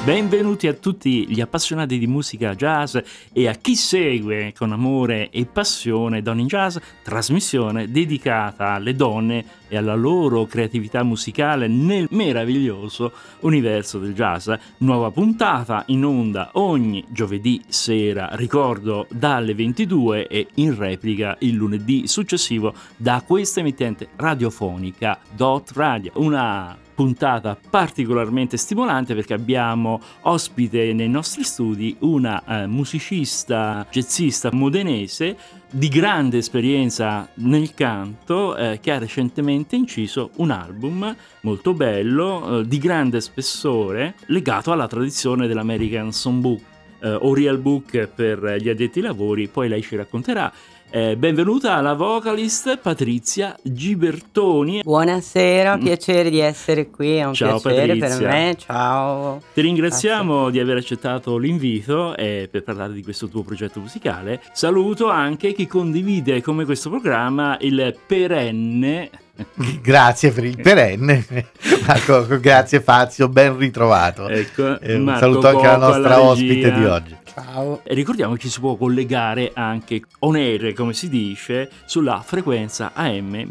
Benvenuti a tutti gli appassionati di musica jazz e a chi segue con amore e passione Donne in Jazz, trasmissione dedicata alle donne e alla loro creatività musicale nel meraviglioso universo del jazz. Nuova puntata in onda ogni giovedì sera, ricordo dalle 22, e in replica il lunedì successivo da questa emittente radiofonica Dot Radio. Una puntata particolarmente stimolante perché abbiamo ospite nei nostri studi una musicista jazzista modenese di grande esperienza nel canto, che ha recentemente inciso un album molto bello, di grande spessore, legato alla tradizione dell'American Songbook o Real Book per gli addetti ai lavori. Poi lei ci racconterà. Benvenuta alla vocalist Patrizia Gibertoni. Buonasera, piacere di essere qui, è un Ciao, piacere Patrizia. per me, ciao. Ti ringraziamo di aver accettato l'invito per parlare di questo tuo progetto musicale. Saluto anche chi condivide come questo programma il perenne. Grazie per il perenne Marco, grazie Fazio, ben ritrovato. Ecco, un saluto anche alla nostra ospite di oggi. Ciao. E ricordiamo che ci si può collegare anche on air, come si dice, sulla frequenza AM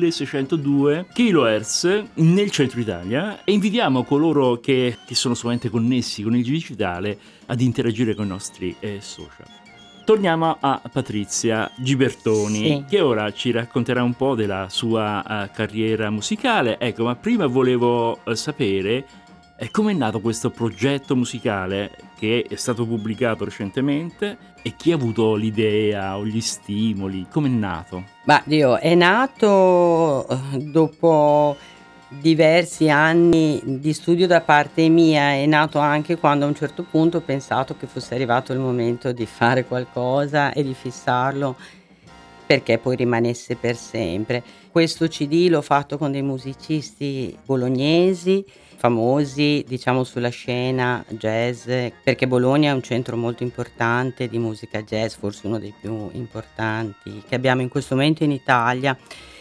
1602 kHz nel centro Italia, e invitiamo coloro che sono solamente connessi con il digitale ad interagire con i nostri social. Torniamo a Patrizia Gibertoni, sì, che ora ci racconterà un po' della sua carriera musicale. Ecco, ma prima volevo sapere come è nato questo progetto musicale che è stato pubblicato recentemente, e chi ha avuto l'idea o gli stimoli, come è nato? Ma Dio, è nato dopo diversi anni di studio da parte mia, è nato anche quando a un certo punto ho pensato che fosse arrivato il momento di fare qualcosa e di fissarlo perché poi rimanesse per sempre. Questo CD l'ho fatto con dei musicisti bolognesi famosi, diciamo, sulla scena jazz, perché Bologna è un centro molto importante di musica jazz, forse uno dei più importanti che abbiamo in questo momento in Italia.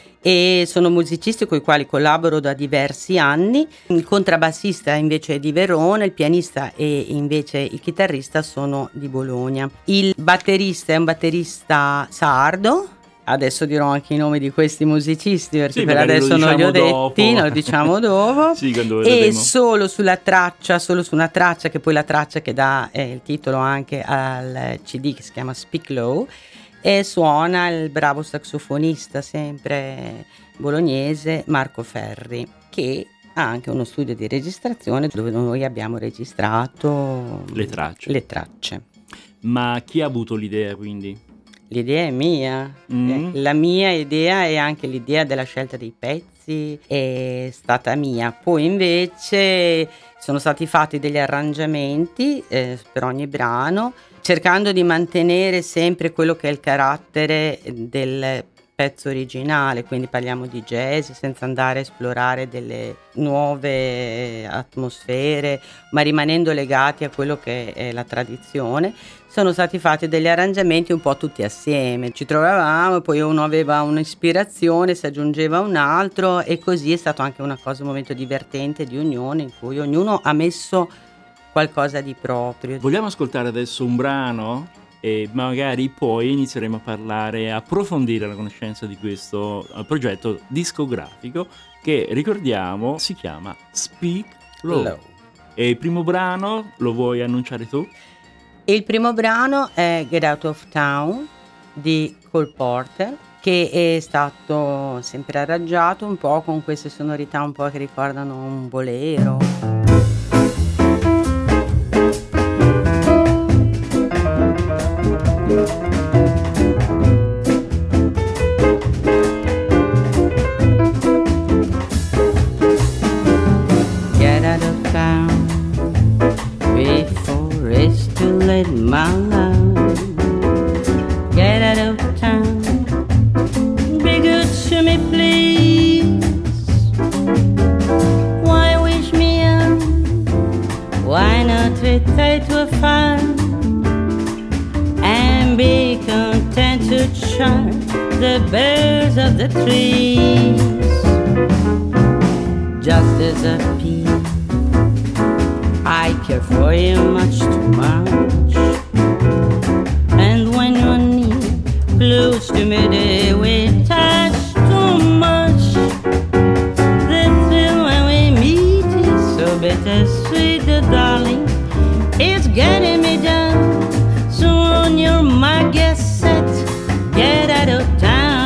E sono musicisti con i quali collaboro da diversi anni. Il contrabbassista invece è di Verona, il pianista e invece il chitarrista sono di Bologna. Il batterista è un batterista sardo. Adesso dirò anche i nomi di questi musicisti perché per adesso non li ho detti, lo diciamo dopo. Sì, e solo su una traccia, che poi la traccia che dà il titolo anche al CD, che si chiama Speak Low, e suona il bravo saxofonista sempre bolognese Marco Ferri, che ha anche uno studio di registrazione dove noi abbiamo registrato le tracce. Ma chi ha avuto l'idea, quindi? L'idea è mia, la mia idea e anche l'idea della scelta dei pezzi è stata mia. Poi invece sono stati fatti degli arrangiamenti per ogni brano, cercando di mantenere sempre quello che è il carattere del pezzo originale, quindi parliamo di jazz senza andare a esplorare delle nuove atmosfere, ma rimanendo legati a quello che è la tradizione. Sono stati fatti degli arrangiamenti un po' tutti assieme, ci trovavamo, poi uno aveva un'ispirazione, si aggiungeva un altro, e così è stato anche un momento divertente di unione in cui ognuno ha messo qualcosa di proprio. Vogliamo ascoltare adesso un brano e magari poi inizieremo a parlare, a approfondire la conoscenza di questo progetto discografico che, ricordiamo, si chiama Speak Low. E il primo brano lo vuoi annunciare tu? Il primo brano è Get Out of Town di Cole Porter, che è stato sempre arrangiato un po' con queste sonorità un po' che ricordano un bolero. Get out of town before it's too late, my love. Get out of town, be good to me, please. Why wish me young? Why not retire to a farm and be content to charm the birds of the trees? Just as a pea, I care for you much too much. And when your knee close to me, they will touch too much. The thrill when we meet is so bittersweet, darling. It's getting me down. So on your mind, get set, get out of town.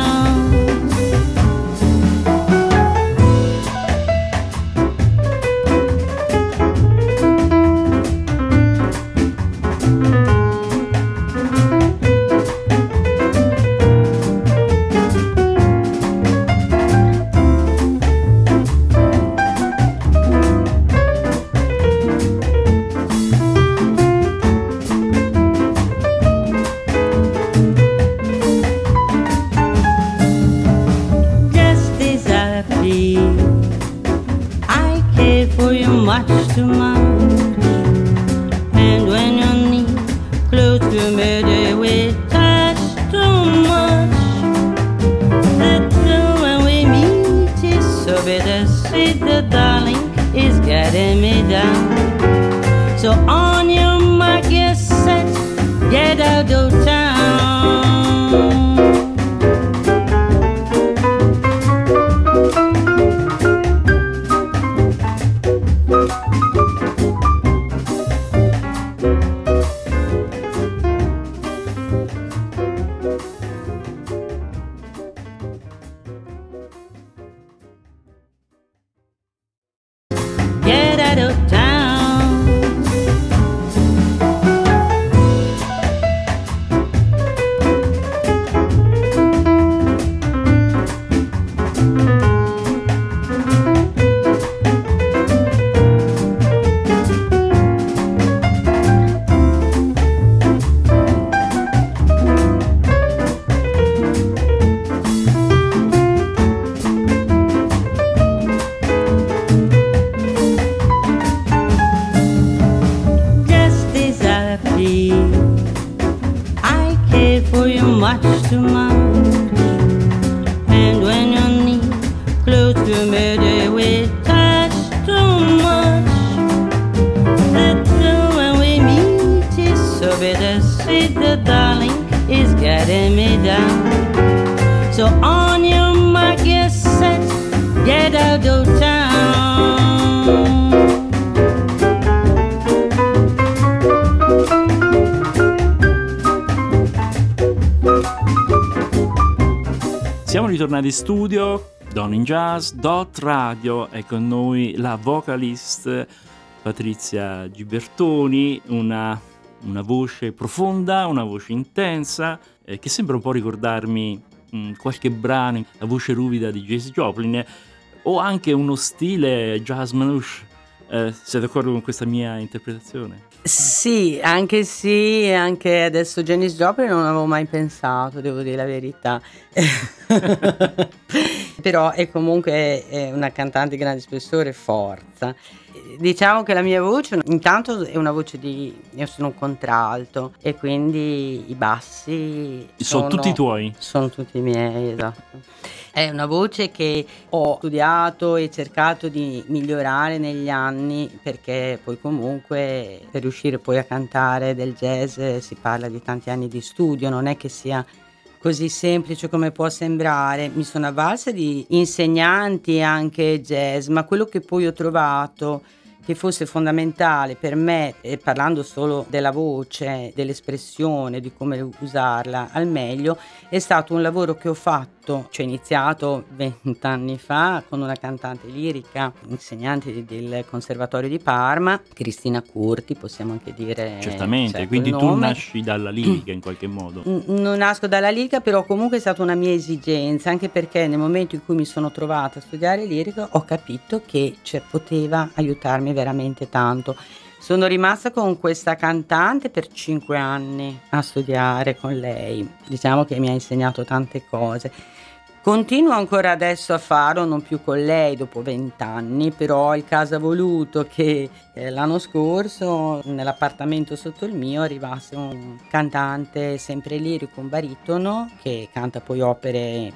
Much too much. And when your knee close to me, they will touch too much. The thrill when we meet is so bittersweet, the darling is getting me down. So on your mark, get set, get out of town. Get out of town. I care for you much too much. And when your knee close to me, they will touch too much. The thrill when we meet is so bittersweet, the darling is getting me down. So on your mark, get set, get out of town. Siamo ritornati in studio, Donne in Jazz, .radio, è con noi la vocalist Patrizia Gibertoni, una voce profonda, una voce intensa, che sembra un po' ricordarmi qualche brano, la voce ruvida di Janis Joplin, o anche uno stile jazz manouche. Sei d'accordo con questa mia interpretazione? Sì, anche adesso Janis Joplin non avevo mai pensato, devo dire la verità. Però è comunque una cantante di grande spessore e forza. Diciamo che la mia voce intanto è una voce io sono un contralto e quindi i bassi sono tutti i tuoi? Sono tutti miei, esatto. È una voce che ho studiato e cercato di migliorare negli anni, perché poi comunque per riuscire poi a cantare del jazz si parla di tanti anni di studio, non è che sia così semplice come può sembrare. Mi sono avvalsa di insegnanti anche jazz, ma quello che poi ho trovato che fosse fondamentale per me, parlando solo della voce, dell'espressione, di come usarla al meglio, è stato un lavoro che ho fatto, cioè iniziato 20 anni fa con una cantante lirica, insegnante del Conservatorio di Parma, Cristina Curti, possiamo anche dire. Certamente, quindi tu nasci dalla lirica in qualche modo. Non nasco dalla lirica, però comunque è stata una mia esigenza, anche perché nel momento in cui mi sono trovata a studiare lirica ho capito che poteva aiutarmi veramente tanto. Sono rimasta con questa cantante per 5 anni a studiare con lei, diciamo che mi ha insegnato tante cose. Continuo ancora adesso a farlo, non più con lei dopo 20 anni, però il caso ha voluto che l'anno scorso nell'appartamento sotto il mio arrivasse un cantante sempre lirico, un baritono, che canta poi opere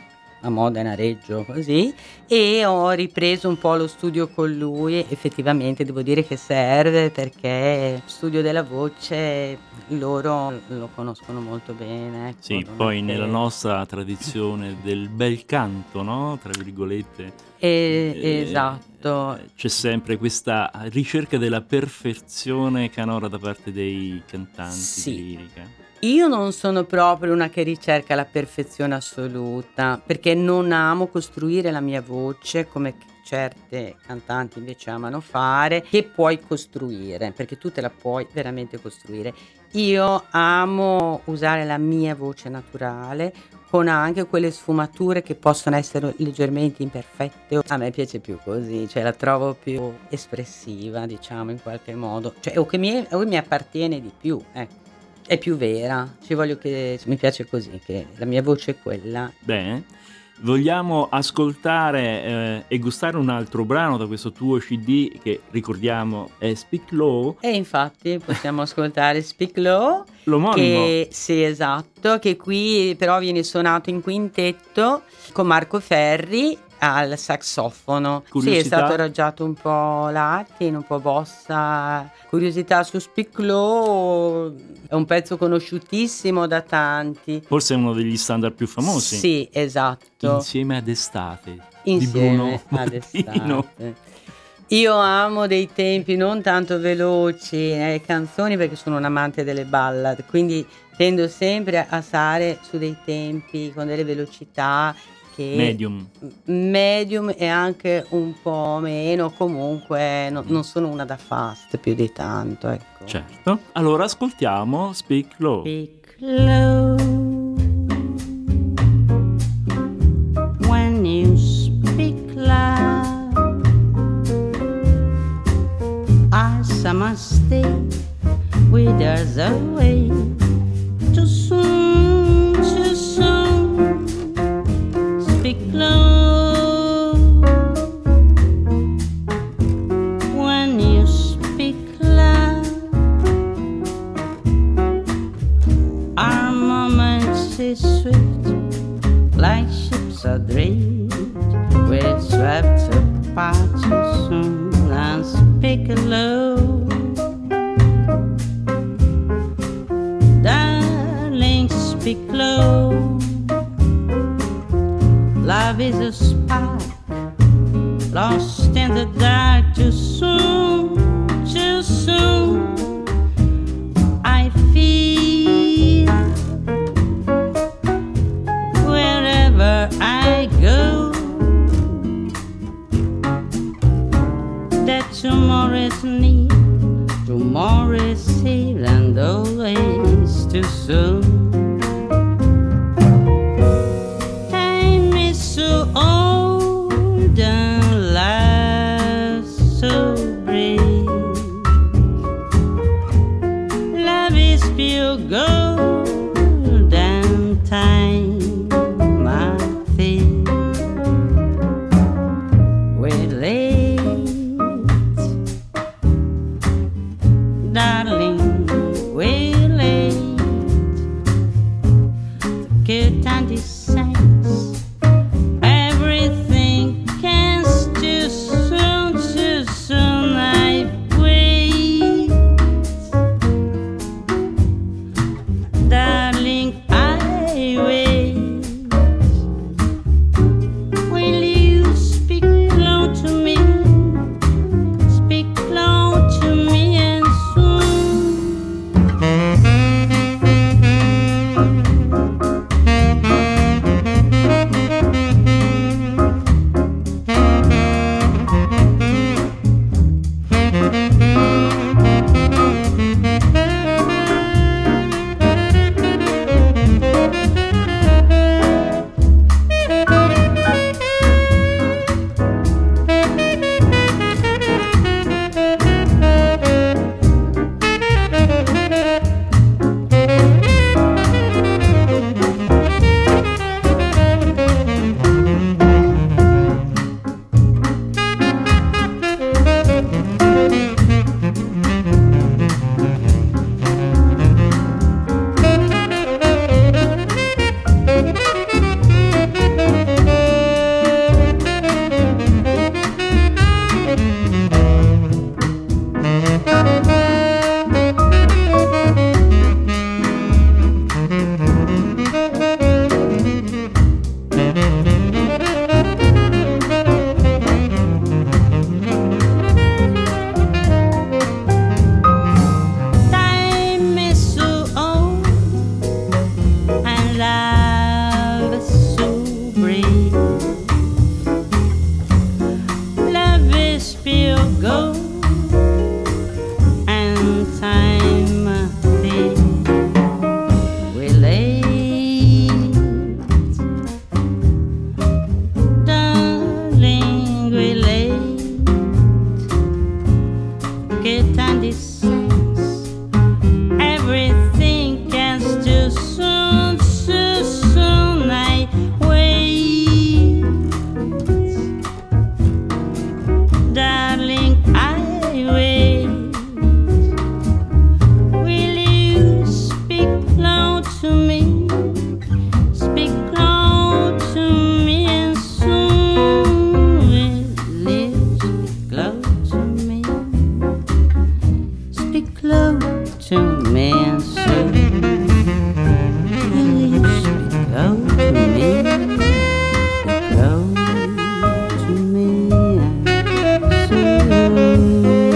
a Modena, Reggio, così, e ho ripreso un po' lo studio con lui. Effettivamente devo dire che serve, perché lo studio della voce loro lo conoscono molto bene, ecco, Sì, non poi è che- nella nostra tradizione del bel canto, no? Tra virgolette, esatto. c'è sempre questa ricerca della perfezione canora da parte dei cantanti Sì. di lirica. Io non sono proprio una che ricerca la perfezione assoluta, perché non amo costruire la mia voce come certe cantanti invece amano fare, che puoi costruire, perché tu te la puoi veramente costruire. Io amo usare la mia voce naturale, con anche quelle sfumature che possono essere leggermente imperfette. A me piace più così, cioè la trovo più espressiva, diciamo, in qualche modo, cioè, o mi appartiene di più, ecco. È più vera, mi piace così, che la mia voce è quella. Bene, vogliamo ascoltare e gustare un altro brano da questo tuo CD che ricordiamo è Speak Low, E infatti possiamo ascoltare Speak Low, l'omonimo. che sì, esatto, che qui però viene suonato in quintetto con Marco Ferri al saxofono. Sì, è Curiosità? stato arrangiato un po' Latin, un po' bossa. Curiosità su Speak Low, è un pezzo conosciutissimo da tanti. Forse è uno degli standard più famosi. Sì, esatto. Insieme ad Estate di Insieme Bruno ad Martino. Estate. Io amo dei tempi non tanto veloci nelle canzoni, perché sono un amante delle ballad, quindi tendo sempre a stare su dei tempi con delle velocità che medium e anche un po' meno, comunque non sono una da fast più di tanto, ecco. Certo. Allora ascoltiamo Speak Low. Speak low when you speak loud. I must stay with us away. Too soon, too soon. Speak low when you speak loud. Our moments is swift, like ships adrift. We're swept apart too soon. And speak low, darling, speak low. Love is a spark lost in the dark. Too soon, too soon. I feel wherever I go that tomorrow is near, tomorrow is here, and always too soon. Time is so old and life so brief. Love is pure gold and time my thief. We're late, darling, we're late. go, and time will late, darling, will late, get on this sense, everything can still soon, so soon I wait, darling, I wait. Will you speak loud to me? Speak loud to me, and soon will you speak loud to me? Speak loud to me, and soon will you speak loud to me? Speak loud to me, and soon.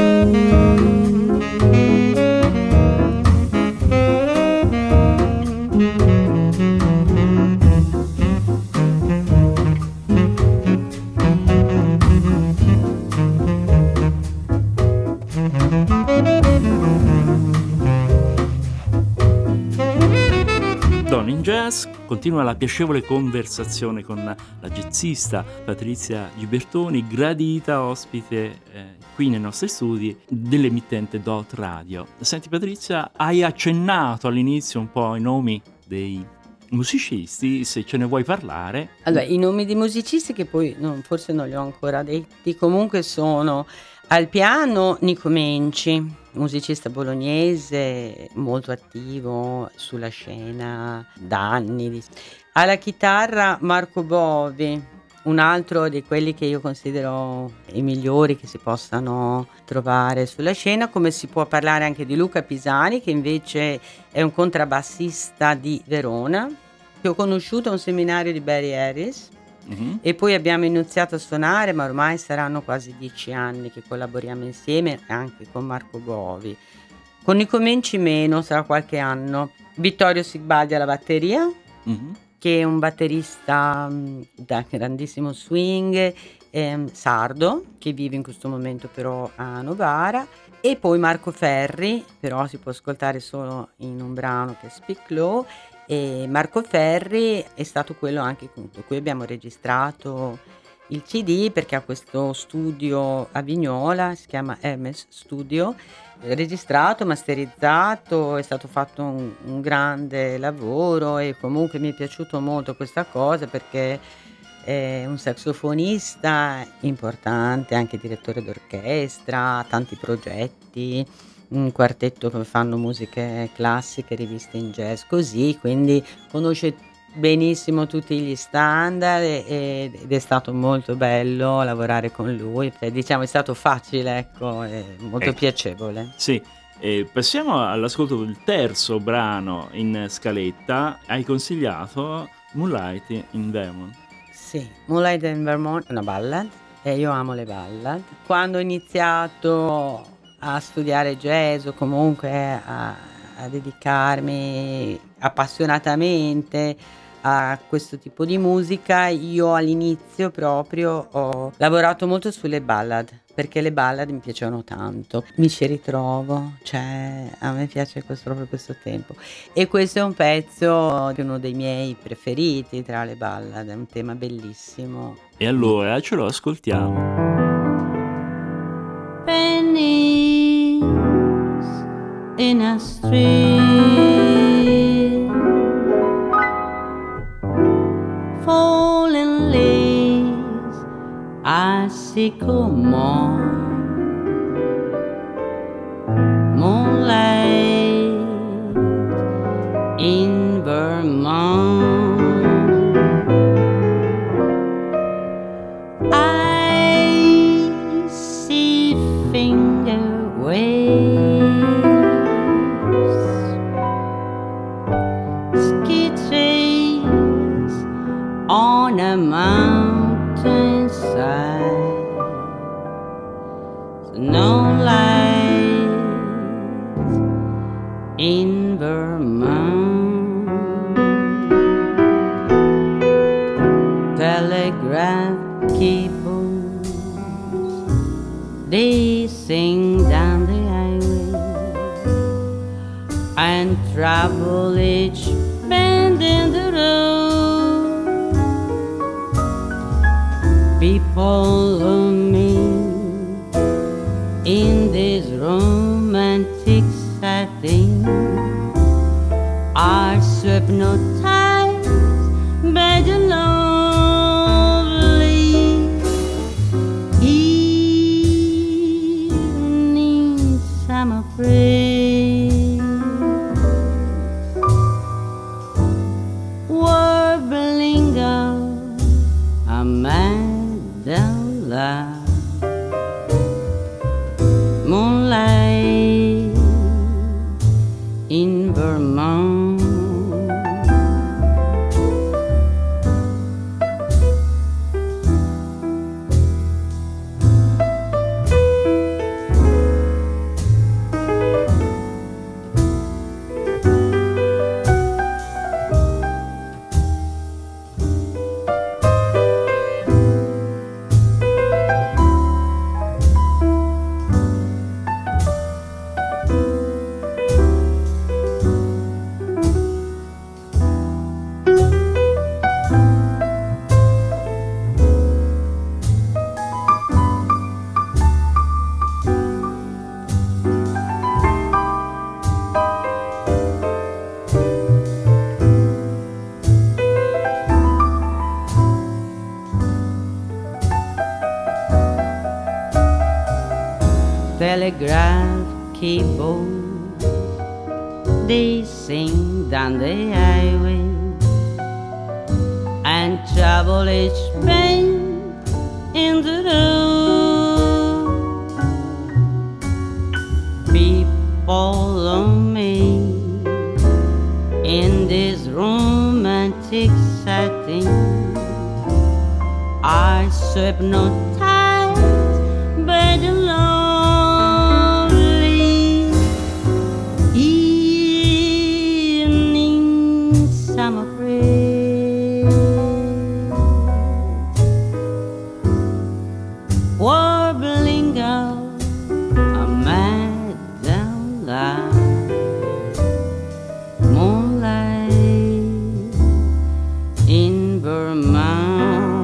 Donne in Jazz continua la piacevole conversazione con la jazzista Patrizia Gibertoni, gradita ospite qui nei nostri studi dell'emittente Dot Radio. Senti Patrizia, hai accennato all'inizio un po' i nomi dei musicisti, se ce ne vuoi parlare. Allora, i nomi di musicisti che poi forse non li ho ancora detti, comunque sono al piano Nico Menci, musicista bolognese molto attivo sulla scena da anni. Alla chitarra Marco Bovi, un altro di quelli che io considero i migliori che si possano trovare sulla scena, come si può parlare anche di Luca Pisani, che invece è un contrabbassista di Verona, che ho conosciuto a un seminario di Barry Harris. E poi abbiamo iniziato a suonare, ma ormai saranno quasi 10 anni che collaboriamo insieme anche con Marco Bovi. Con Nico Menci meno, sarà qualche anno. Vittorio Sigbaldi alla batteria, che è un batterista da grandissimo swing, sardo, che vive in questo momento però a Novara. E poi Marco Ferri, però si può ascoltare solo in un brano che è Speak Low. E Marco Ferri è stato quello anche con cui abbiamo registrato il CD, perché ha questo studio a Vignola, si chiama Hermes Studio, registrato, masterizzato, è stato fatto un grande lavoro e comunque mi è piaciuto molto questa cosa perché è un sassofonista importante, anche direttore d'orchestra, tanti progetti, un quartetto che fanno musiche classiche, riviste in jazz, così, quindi conosce benissimo tutti gli standard ed è stato molto bello lavorare con lui, diciamo è stato facile, ecco, è molto piacevole. Sì, passiamo all'ascolto del terzo brano in scaletta. Hai consigliato Moonlight in Vermont. Sì, Moonlight in Vermont è una ballad e io amo le ballad. Quando ho iniziato a studiare jazz o comunque a dedicarmi appassionatamente a questo tipo di musica, io all'inizio proprio ho lavorato molto sulle ballad, perché le ballad mi piacevano tanto, mi ci ritrovo, cioè a me piace proprio questo tempo, e questo è un pezzo che è uno dei miei preferiti tra le ballad, è un tema bellissimo. E allora ce lo ascoltiamo. Pennies in a street, falling leaves, I sycamore, moonlight in Vermont. I see finger waves, ski trails on a mountainside, They sing down the highway and travel each bend in the road. People who meet in this romantic setting are hypnotized by the lovely evening summer breeze, warbling of a mandala, moonlight in Vermont. Telegraph keyboard, they sing down the highway and travel each bend in the road. People on me in this romantic setting are hypnotized by the lovely evening summer breeze, warbling of a mandala, moonlight in Vermont.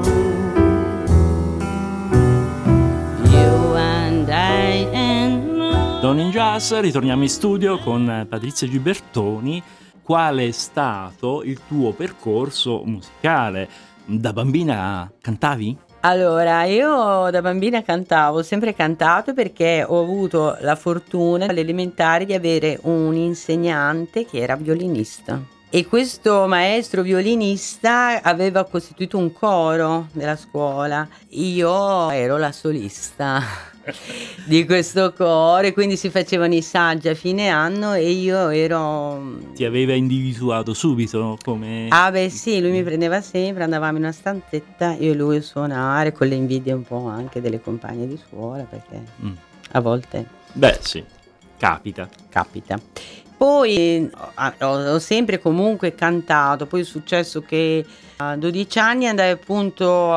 You and I and Donne in Jazz, ritorniamo in studio con Patrizia Gibertoni. Qual è stato il tuo percorso musicale? Da bambina cantavi? Allora, io da bambina cantavo, ho sempre cantato perché ho avuto la fortuna alle elementari di avere un insegnante che era violinista. E questo maestro violinista aveva costituito un coro nella scuola. Io ero la solista di questo coro e quindi si facevano i saggi a fine anno e io ero... Ti aveva individuato subito come... Ah beh sì, lui mi prendeva sempre, andavamo in una stanzetta io e lui a suonare con le invidie un po' anche delle compagne di scuola perché a volte Beh sì, capita. capita. Poi ho sempre comunque cantato, poi è successo che a 12 anni andai appunto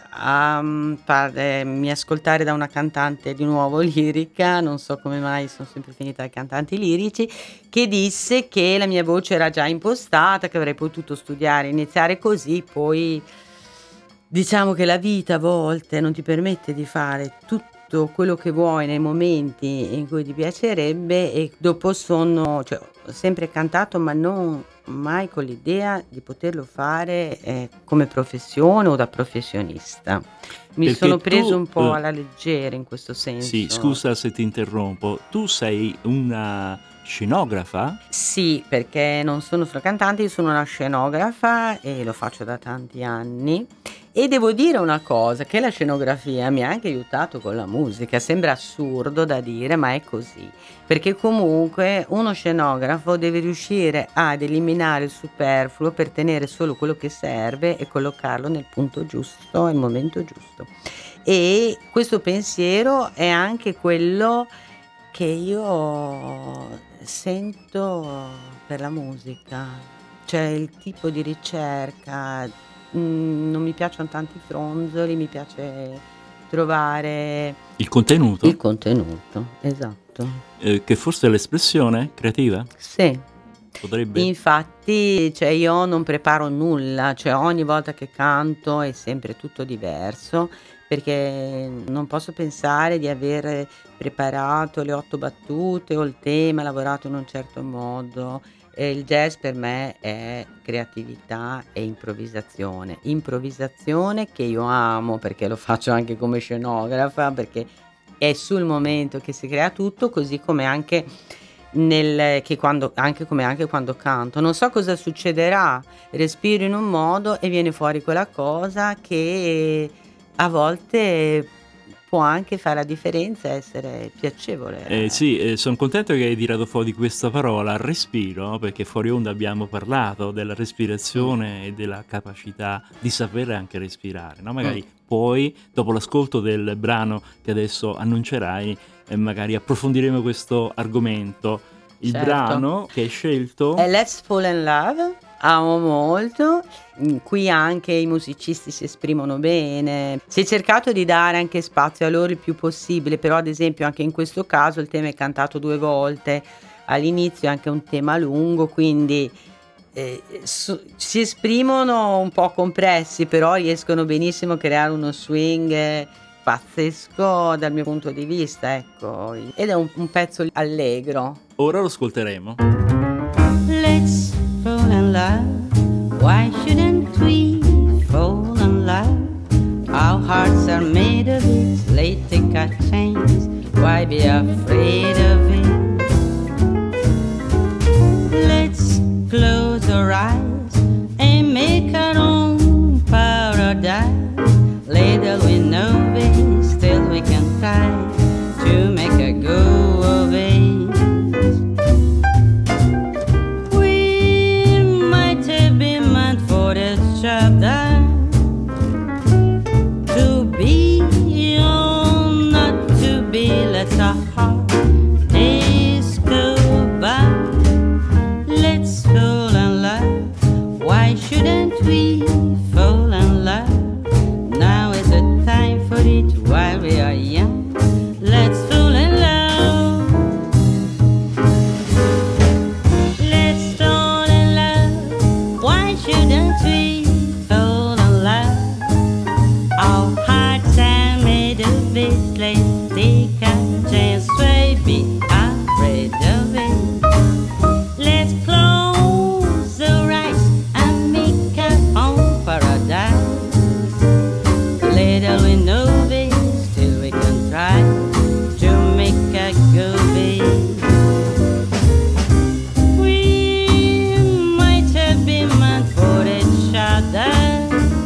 a farmi ascoltare da una cantante di nuovo lirica, non so come mai sono sempre finita ai cantanti lirici, che disse che la mia voce era già impostata, che avrei potuto studiare, iniziare così, poi diciamo che la vita a volte non ti permette di fare tutto quello che vuoi nei momenti in cui ti piacerebbe e dopo ho sempre cantato ma non mai con l'idea di poterlo fare come professione o da professionista. Mi Perché sono preso tu, un po' alla leggera in questo senso. Sì, scusa se ti interrompo. Tu sei una scenografa? Sì, perché non sono solo cantante, io sono una scenografa e lo faccio da tanti anni. E devo dire una cosa, che la scenografia mi ha anche aiutato con la musica, sembra assurdo da dire, ma è così, perché comunque uno scenografo deve riuscire ad eliminare il superfluo per tenere solo quello che serve e collocarlo nel punto giusto, al momento giusto. E questo pensiero è anche quello che io sento per la musica, cioè il tipo di ricerca. Non mi piacciono tanti fronzoli, mi piace trovare Il contenuto? il contenuto, esatto. Che forse è l'espressione creativa? Sì. Potrebbe? Infatti, cioè io non preparo nulla, cioè ogni volta che canto è sempre tutto diverso, perché non posso pensare di aver preparato le 8 battute o il tema, lavorato in un certo modo. Il jazz per me è creatività e improvvisazione. Improvvisazione che io amo perché lo faccio anche come scenografa, perché è sul momento che si crea tutto, così come anche anche quando canto. Non so cosa succederà, respiro in un modo e viene fuori quella cosa che a volte può anche fare la differenza e essere piacevole. Sì, son contento che hai tirato fuori questa parola, respiro, perché fuori onda abbiamo parlato della respirazione e della capacità di sapere anche respirare, no, magari poi, dopo l'ascolto del brano che adesso annuncerai, magari approfondiremo questo argomento. Il Certo. brano che hai scelto È Let's Fall in Love, amo molto. Qui anche i musicisti si esprimono bene. Si è cercato di dare anche spazio a loro il più possibile, però ad esempio anche in questo caso il tema è cantato 2 volte. All'inizio è anche un tema lungo, quindi si esprimono un po' compressi, però riescono benissimo a creare uno swing pazzesco dal mio punto di vista, ecco. Ed è un pezzo allegro. ora lo ascolteremo. Let's fall in love. Why shouldn't we fall in love? Our hearts are made of it. Let's take a chance. Why be afraid of it? Let's close our eyes and make our own paradise. Little we know it, still we can try to make a go of it. We might have been meant for each other, to be or not to be. Let's our heart discover. Let's fall in love. Why shouldn't we fall in love? Now is the time for it while we are young. Let's fall in love. Let's fall in love. Why shouldn't we fall in love? Our hearts are made of it. Let's take a chance. Why be afraid of it? Let's close our eyes and make our own paradise. Little we know this, still we can try to make a go of it. We might have been meant for each other,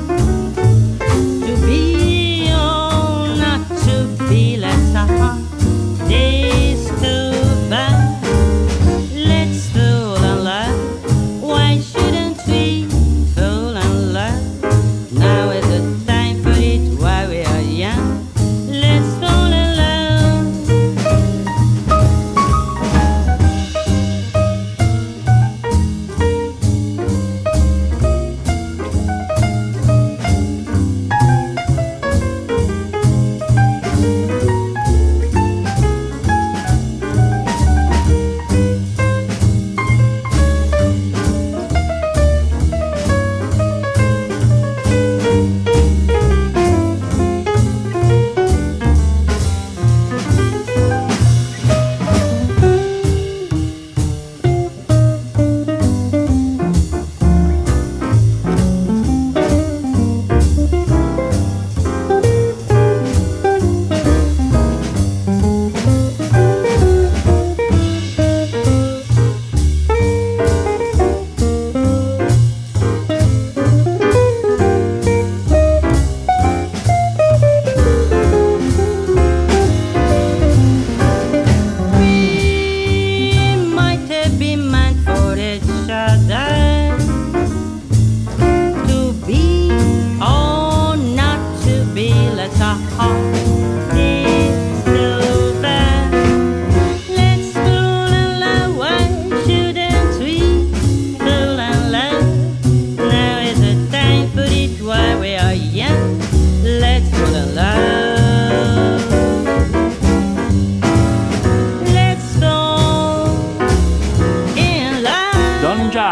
to be or not to be. Let's our heart discover. Let's fall in love. Why shouldn't we fall in love? Now is the time for it while we are young. Let's fall in love.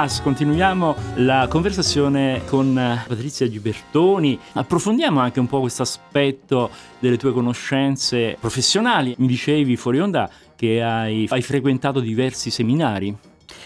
Jazz, continuiamo la conversazione con Patrizia Gibertoni, approfondiamo anche un po' questo aspetto delle tue conoscenze professionali. Mi dicevi fuori onda che hai frequentato diversi seminari.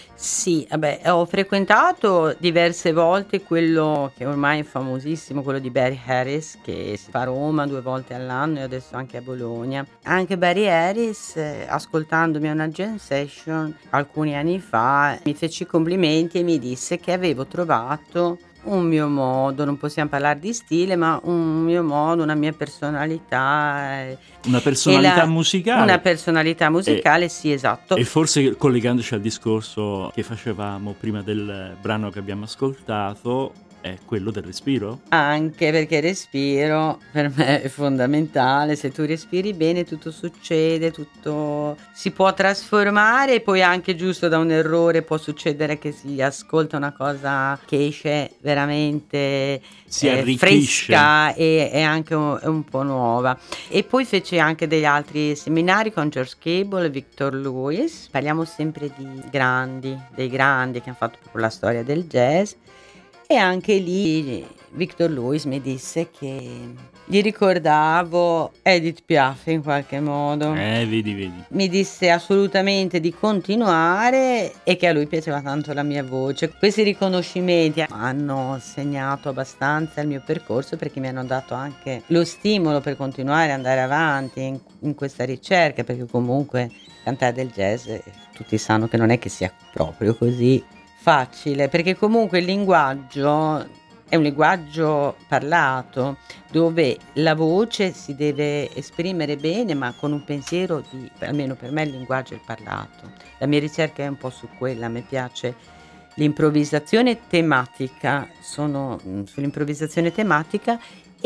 Sì, vabbè, ho frequentato diverse volte quello che ormai è famosissimo, quello di Barry Harris, che si fa a Roma 2 volte all'anno e adesso anche a Bologna. Anche Barry Harris, ascoltandomi a una jam session alcuni anni fa, mi fece i complimenti e mi disse che avevo trovato un mio modo, non possiamo parlare di stile, ma un mio modo, una mia personalità. Una personalità Una musicale. personalità musicale, sì, esatto. E forse collegandoci al discorso che facevamo prima del brano che abbiamo ascoltato, è quello del respiro? Anche perché il respiro per me è fondamentale. Se tu respiri bene tutto succede, tutto si può trasformare, e poi anche giusto da un errore può succedere che si ascolta una cosa che esce veramente Si arricchisce. fresca e anche è un po' nuova. E poi fece anche degli altri seminari con George Cable e Victor Lewis. Parliamo sempre di grandi, dei grandi che hanno fatto proprio la storia del jazz. E anche lì Victor Lewis mi disse che gli ricordavo Edith Piaf in qualche modo. Vedi. Mi disse assolutamente di continuare e che a lui piaceva tanto la mia voce. Questi riconoscimenti hanno segnato abbastanza il mio percorso, perché mi hanno dato anche lo stimolo per continuare ad andare avanti in questa ricerca, perché comunque cantare del jazz tutti sanno che non è che sia proprio così facile, perché comunque il linguaggio è un linguaggio parlato dove la voce si deve esprimere bene, ma con un pensiero almeno per me il linguaggio è parlato. La mia ricerca è un po' su quella, a me piace l'improvvisazione tematica, sono sull'improvvisazione tematica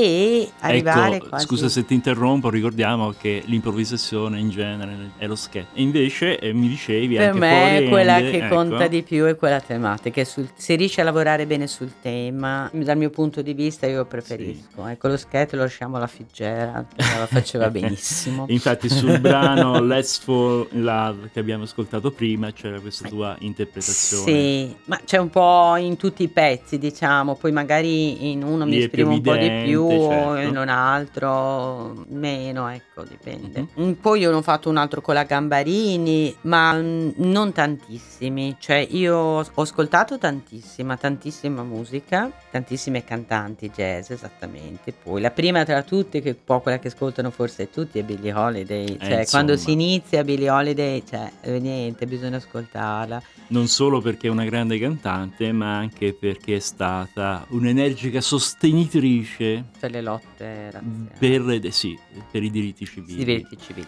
e arrivare quasi... Scusa se ti interrompo, ricordiamo che l'improvvisazione in genere è lo sketch. E invece mi dicevi per anche me fuori quella ende, che ecco, conta di più è quella tematica, se riesci a lavorare bene sul tema, dal mio punto di vista io preferisco. Ecco, lo sketch lo lasciamo alla Fitzgerald, la faceva benissimo. Infatti sul brano Let's Fall in Love che abbiamo ascoltato prima c'era questa tua interpretazione. Sì, ma c'è un po' in tutti i pezzi, diciamo, poi magari in uno mi Lì è esprimo un po' di più, certo. in un altro meno, ecco, dipende. Poi io ne ho fatto un altro con la Gambarini, ma non tantissimi, cioè io ho ascoltato tantissima musica, tantissime cantanti jazz, esattamente. Poi la prima tra tutte, che è un po' quella che ascoltano forse tutti, è Billie Holiday, cioè quando si inizia Billie Holiday, cioè niente, bisogna ascoltarla. Non solo perché è una grande cantante, ma anche perché è stata un'energica sostenitrice Per le lotte razziali. per i diritti civili.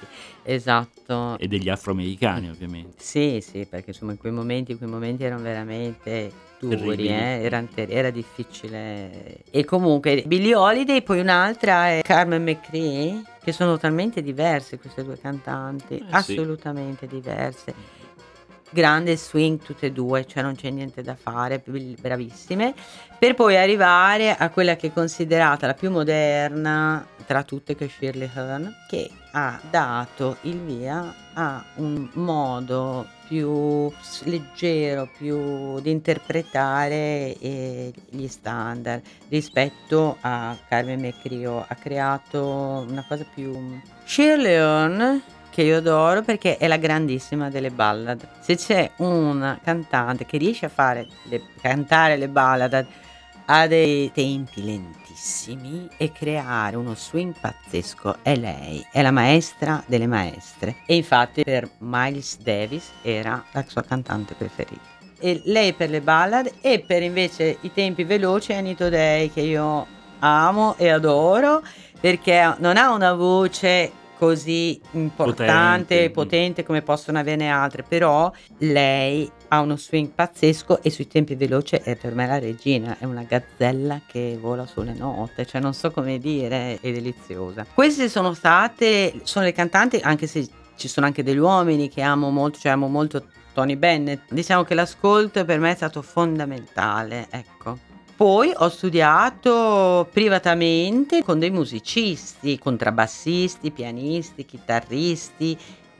Esatto. E degli afroamericani, ovviamente. Sì, perché insomma in quei momenti erano veramente duri, Terribili. era difficile. E comunque Billie Holiday, poi un'altra è Carmen McRae, che sono talmente diverse queste due cantanti, assolutamente diverse. Grande swing tutte e due, cioè non c'è niente da fare, bravissime, per poi arrivare a quella che è considerata la più moderna tra tutte, che è Shirley Hearn, che ha dato il via a un modo più leggero, più di interpretare gli standard rispetto a Carmen McRae. Ha creato una cosa più... Shirley Hearn, che io adoro perché è la grandissima delle ballad. Se c'è una cantante che riesce a cantare le ballad a dei tempi lentissimi e creare uno swing pazzesco, è lei, è la maestra delle maestre. E infatti per Miles Davis era la sua cantante preferita. E lei per le ballad, e per invece i tempi veloci è Anita O'Day, che io amo e adoro perché non ha una voce così importante, potente come possono averne altre, però lei ha uno swing pazzesco e sui tempi veloci è per me la regina, è una gazzella che vola sulle note, cioè non so come dire, è deliziosa. Queste sono le cantanti, anche se ci sono anche degli uomini che amo molto Tony Bennett. Diciamo che l'ascolto per me è stato fondamentale, ecco. Poi ho studiato privatamente con dei musicisti, contrabbassisti, pianisti, chitarristi,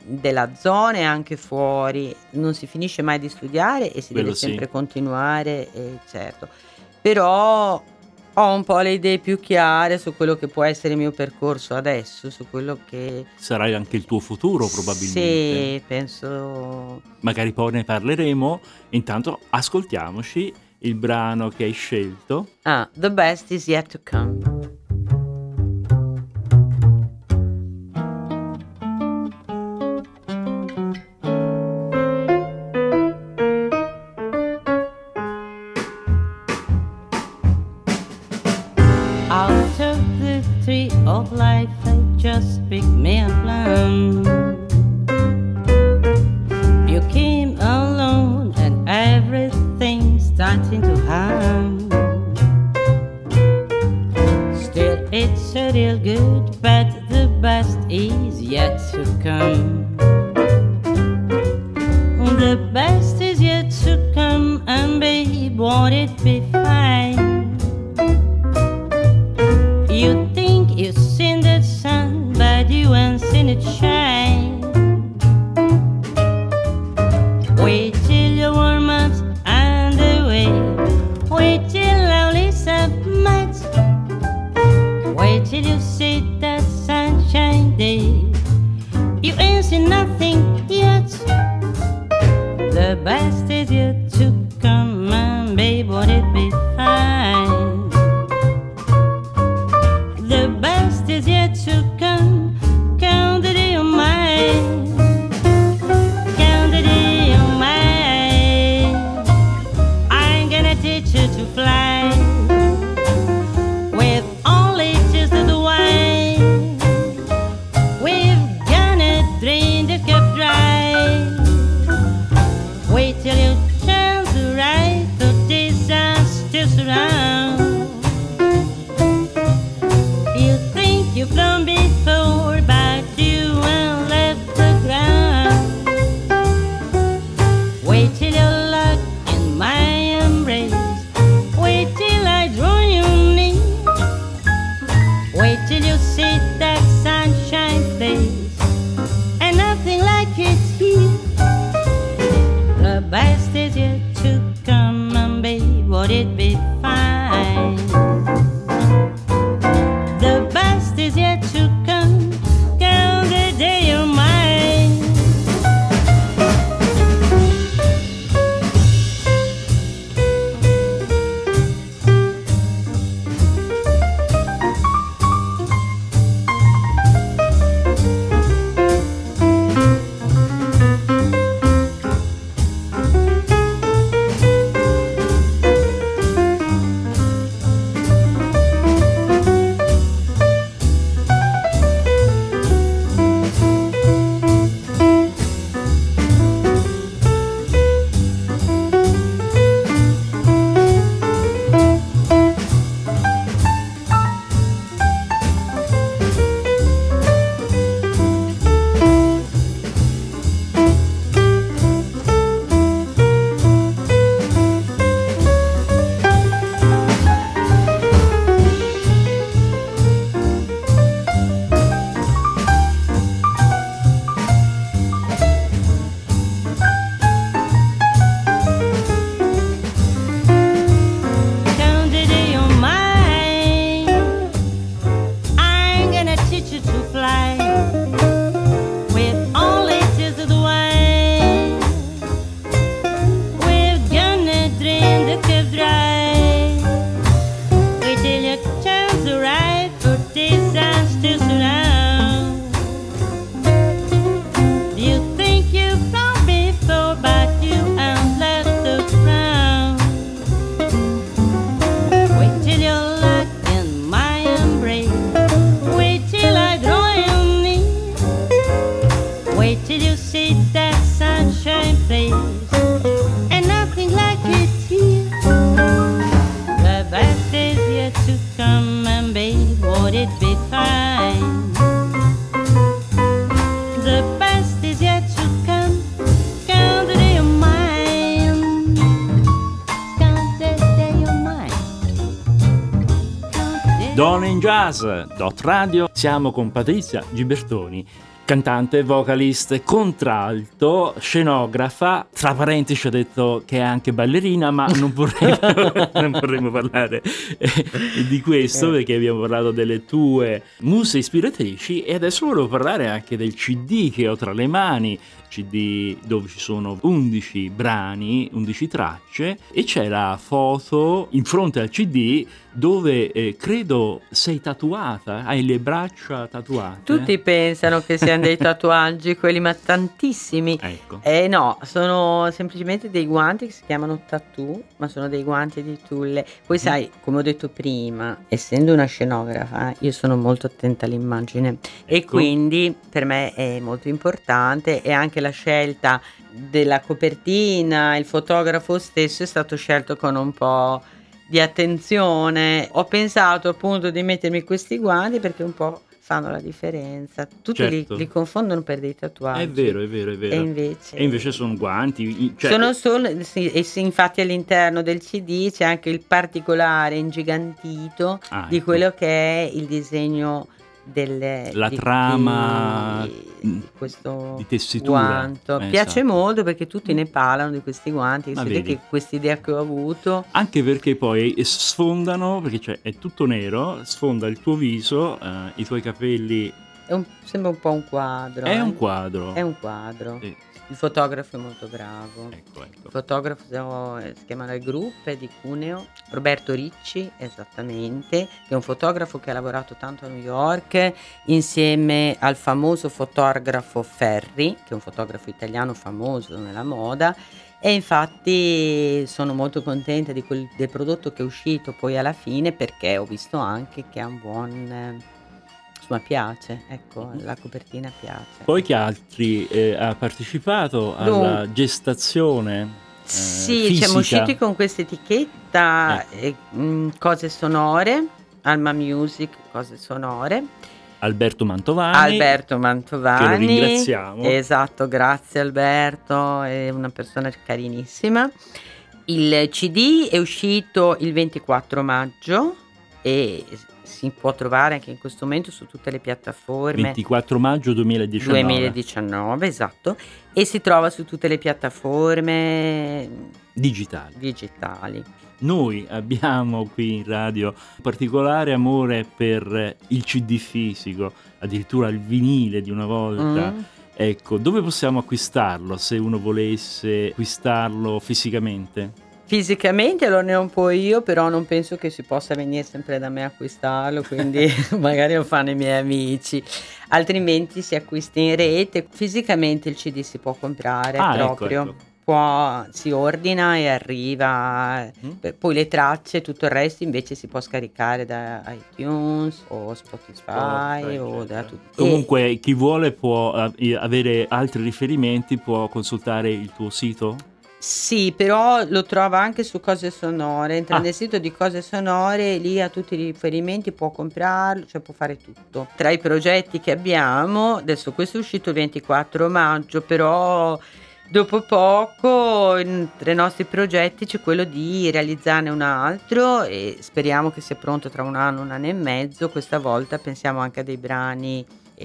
della zona e anche fuori. Non si finisce mai di studiare e si Quello deve sì. sempre continuare, certo. Però ho un po' le idee più chiare su quello che può essere il mio percorso adesso, su quello che Sarai anche il tuo futuro probabilmente. sì, penso. Magari poi ne parleremo. Intanto ascoltiamoci il brano che hai scelto. The best is yet to come. Out of the tree of life I just picked me a plum. You came alone and everything starting to hum. Still it's a real good, but the best is yet to come. The best is yet to come, and babe, won't it be fine? You think you've seen the sun, but you ain't seen it shine. Wait till you warm up and away. Wait till lovely summers. Wait till you see that sunshine day. You ain't seen nothing yet. The best is yet to come, and babe, won't it be fine? The best is yet to come. Count the day of mine. Count the day of mine. I'm gonna teach you to fly with only just the wine. We've gonna drain the cup dry. Wait till your chance arrives, the disaster surround. You think you've flown before, but you ain't left the ground. Wait till you're locked in my embrace. Wait till I draw you near. Wait till you see that sunshine place, and nothing like it here. The best is yet to come, and babe, would it be fine? The best is yet to come. Count the day of mine. Count the day of mine. I'm gonna teach you to fly with only just the wine. We're gonna drain the cup dry. Wait till your chance arrives for disaster surround. You think you've flown before, but you ain't left the ground. Wait till you're locked in my embrace. Wait till I draw you near. Wait till you see that sunshine place, and nothing like it here. The best is yet to come, and babe, would it be fine? The best is yet to come. Count the day of mine. Count the day of mine. Count the day. Donne in Jazz, Dot Radio. Siamo con Patrizia Gibertoni cantante, vocalist, contralto, scenografa, tra parentesi ha detto che è anche ballerina, ma non vorremmo parlare di questo perché abbiamo parlato delle tue muse ispiratrici e adesso volevo parlare anche del CD che ho tra le mani, CD dove ci sono 11 brani, 11 tracce e c'è la foto in fronte al CD dove credo sei tatuata, hai le braccia tatuate. Tutti pensano che siano dei tatuaggi quelli, ma tantissimi. Ecco. No, sono semplicemente dei guanti che si chiamano tattoo, ma sono dei guanti di tulle. Poi sai, come ho detto prima, essendo una scenografa, io sono molto attenta all'immagine e Ecco. quindi per me è molto importante, e anche la scelta della copertina, il fotografo stesso è stato scelto con un po' di attenzione. Ho pensato appunto di mettermi questi guanti perché un po' fanno la differenza. Tutti Certo. li confondono per dei tatuaggi. È vero, è vero, è vero. E invece sono guanti. Cioè, sono solo, sì, e sì, infatti all'interno del CD c'è anche il particolare ingigantito di ecco. quello che è il disegno la trama di questo di tessitura. guanto. Piace Esatto. molto perché tutti ne parlano di questi guanti, Ma si vede vedi. che quest'idea che ho avuto. Anche perché poi sfondano, perché è tutto nero, sfonda il tuo viso, i tuoi capelli. Sembra un po' un quadro. È un quadro. È un quadro. Sì. Il fotografo è molto bravo. Ecco. Il fotografo si chiama Il Group, è di Cuneo, Roberto Ricci, esattamente, che è un fotografo che ha lavorato tanto a New York insieme al famoso fotografo Ferri, che è un fotografo italiano famoso nella moda. E infatti sono molto contenta del prodotto che è uscito poi alla fine, perché ho visto anche che ha un buon... insomma, piace, ecco, la copertina piace. Poi che altri ha partecipato alla gestazione? Sì, fisica. siamo usciti con questa etichetta, Cose Sonore, Alma Music, Cose Sonore. Alberto Mantovani, che lo ringraziamo. Esatto, grazie Alberto, è una persona carinissima. Il CD è uscito il 24 maggio e si può trovare anche in questo momento su tutte le piattaforme. 24 maggio 2019. 2019, esatto, e si trova su tutte le piattaforme digitali. Noi abbiamo qui in radio un particolare amore per il CD fisico, addirittura il vinile di una volta. Ecco, dove possiamo acquistarlo se uno volesse acquistarlo fisicamente? Fisicamente lo ne ho un po' io, però non penso che si possa venire sempre da me a acquistarlo, quindi magari lo fanno i miei amici. Altrimenti si acquista in rete. Fisicamente il CD si può comprare proprio. Ecco. Si ordina e arriva. Poi le tracce, tutto il resto invece si può scaricare da iTunes o Spotify o da tutti. Comunque chi vuole può avere altri riferimenti, può consultare il tuo sito? Sì, però lo trova anche su Cose Sonore, entra nel sito di Cose Sonore, lì ha tutti i riferimenti, può comprarlo, cioè può fare tutto. Tra i progetti che abbiamo, adesso questo è uscito il 24 maggio, però dopo poco tra i nostri progetti c'è quello di realizzarne un altro e speriamo che sia pronto tra un anno e mezzo. Questa volta pensiamo anche a dei brani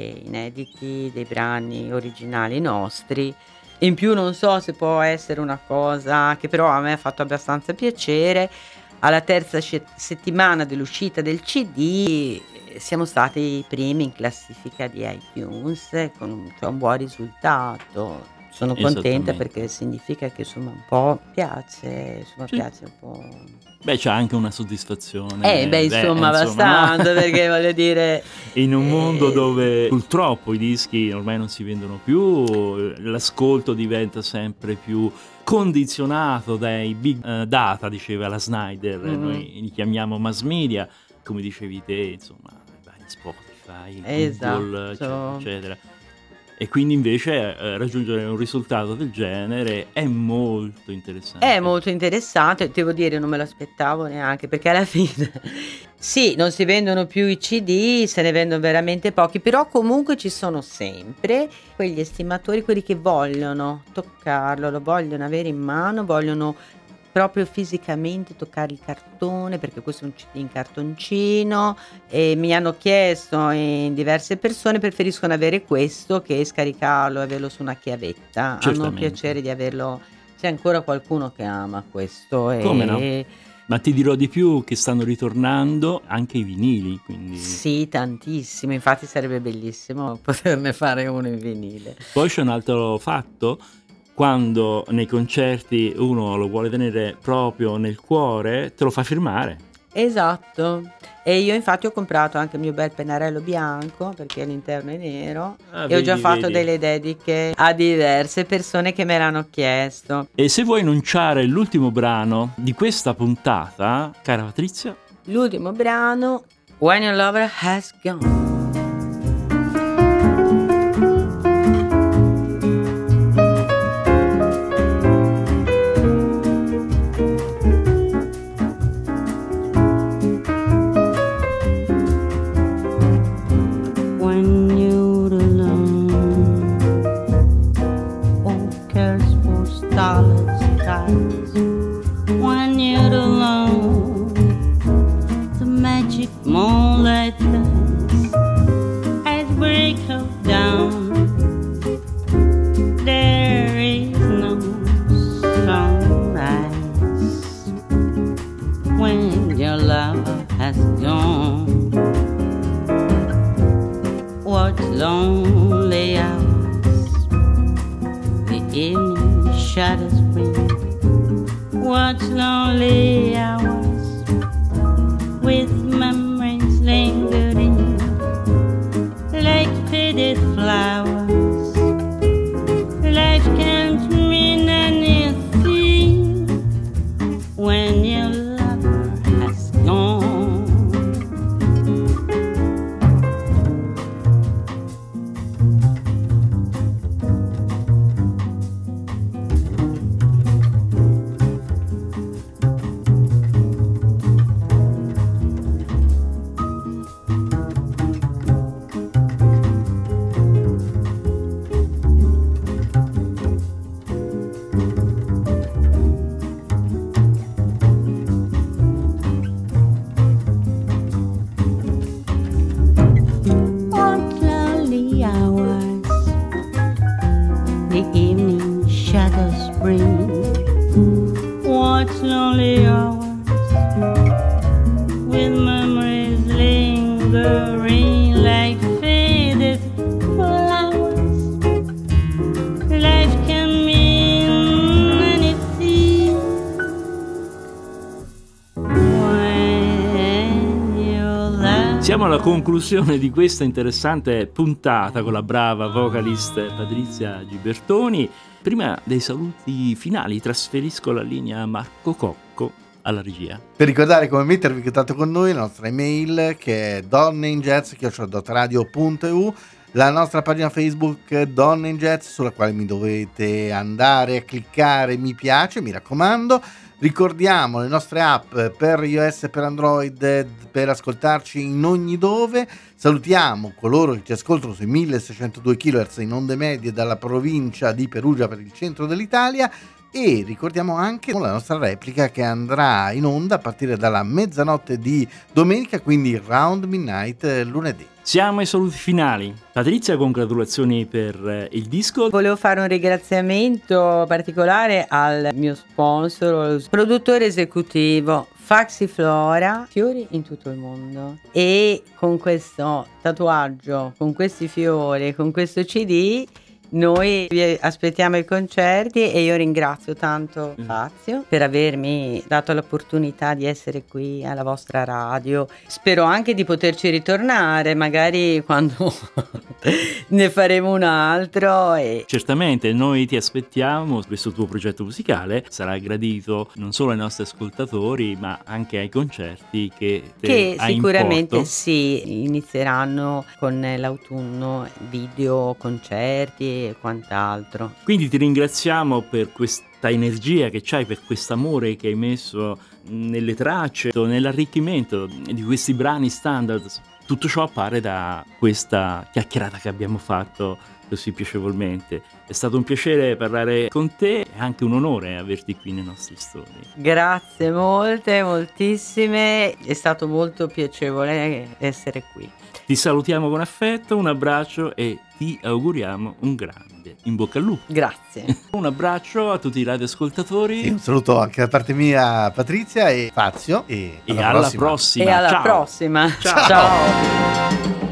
inediti, dei brani originali nostri. In più non so se può essere una cosa che però a me ha fatto abbastanza piacere. Alla terza settimana dell'uscita del CD siamo stati i primi in classifica di iTunes con un buon risultato. Sono contenta perché significa che insomma un po' piace, piace un po'. Beh, c'è anche una soddisfazione. Insomma, abbastanza, no? Perché voglio dire... In un mondo dove purtroppo i dischi ormai non si vendono più, l'ascolto diventa sempre più condizionato dai big data, diceva la Snyder, noi li chiamiamo mass media, come dicevi te, insomma, Spotify, Google, eccetera, eccetera. E quindi invece raggiungere un risultato del genere è molto interessante. È molto interessante, devo dire, non me lo aspettavo neanche, perché alla fine sì, non si vendono più i CD, se ne vendono veramente pochi, però comunque ci sono sempre quegli estimatori, quelli che vogliono toccarlo, lo vogliono avere in mano, vogliono proprio fisicamente toccare il cartone, perché questo è un CD in cartoncino, e mi hanno chiesto in diverse persone, preferiscono avere questo che scaricarlo e averlo su una chiavetta. Hanno Certamente. piacere di averlo. C'è ancora qualcuno che ama questo Come no? e Ma ti dirò di più che stanno ritornando anche i vinili, quindi sì, tantissimo, infatti sarebbe bellissimo poterne fare uno in vinile. poi c'è un altro fatto: quando nei concerti uno lo vuole tenere proprio nel cuore, te lo fa firmare. Esatto. E io infatti ho comprato anche il mio bel pennarello bianco, perché l'interno è nero, Ah, e ho già vedi, fatto vedi. delle dediche a diverse persone che me l'hanno chiesto. E se vuoi enunciare l'ultimo brano di questa puntata, cara Patrizia? L'ultimo brano, When Your Lover Has Gone. When you're alone, who cares for starless skies? When you're alone, the magic moonlight dance as break of dawn. There is no sunrise when your love has gone. What lonely hours the evening shadows bring. What lonely hours with memories lingering like faded flowers. Life can't mean anything when your lover has gone. What lonely hours the evening shadows bring. What lonely hours with memories lingering like faded flowers. Life can mean anything when you love. Siamo alla conclusione di questa interessante puntata con la brava vocalist Patrizia Gibertoni. Prima dei saluti finali trasferisco la linea a Marco Cocco alla regia. Per ricordare come mettervi in contatto con noi, la nostra email che è donneinjazz@radio.eu, la nostra pagina Facebook Donne in Jazz, sulla quale mi dovete andare a cliccare mi piace, mi raccomando. Ricordiamo le nostre app per iOS e per Android per ascoltarci in ogni dove. Salutiamo coloro che ci ascoltano sui 1602 kHz in onde medie dalla provincia di Perugia per il centro dell'Italia. E ricordiamo anche la nostra replica che andrà in onda a partire dalla mezzanotte di domenica, quindi round midnight lunedì. Siamo ai saluti finali. Patrizia, congratulazioni per il disco. Volevo fare un ringraziamento particolare al mio sponsor, il produttore esecutivo Faxiflora, fiori in tutto il mondo. E con questo tatuaggio, con questi fiori, con questo CD, noi vi aspettiamo ai concerti e io ringrazio tanto Fazio per avermi dato l'opportunità di essere qui alla vostra radio. Spero anche di poterci ritornare, magari quando ne faremo un altro. E Certamente noi ti aspettiamo, questo tuo progetto musicale sarà gradito non solo ai nostri ascoltatori ma anche ai concerti che hai in sicuramente porto. sì, inizieranno con l'autunno, video, concerti e quant'altro. Quindi ti ringraziamo per questa energia che c'hai, per quest'amore che hai messo nelle tracce, nell'arricchimento di questi brani standard tutto ciò appare da questa chiacchierata che abbiamo fatto così piacevolmente. È stato un piacere parlare con te e anche un onore averti qui nei nostri studi. Grazie moltissime, è stato molto piacevole essere qui. Ti salutiamo con affetto, un abbraccio e ti auguriamo un grande in bocca al lupo. Grazie. Un abbraccio a tutti i radioascoltatori. E un saluto anche da parte mia, Patrizia e Fazio. E alla prossima. E alla Ciao. prossima. Ciao. Ciao.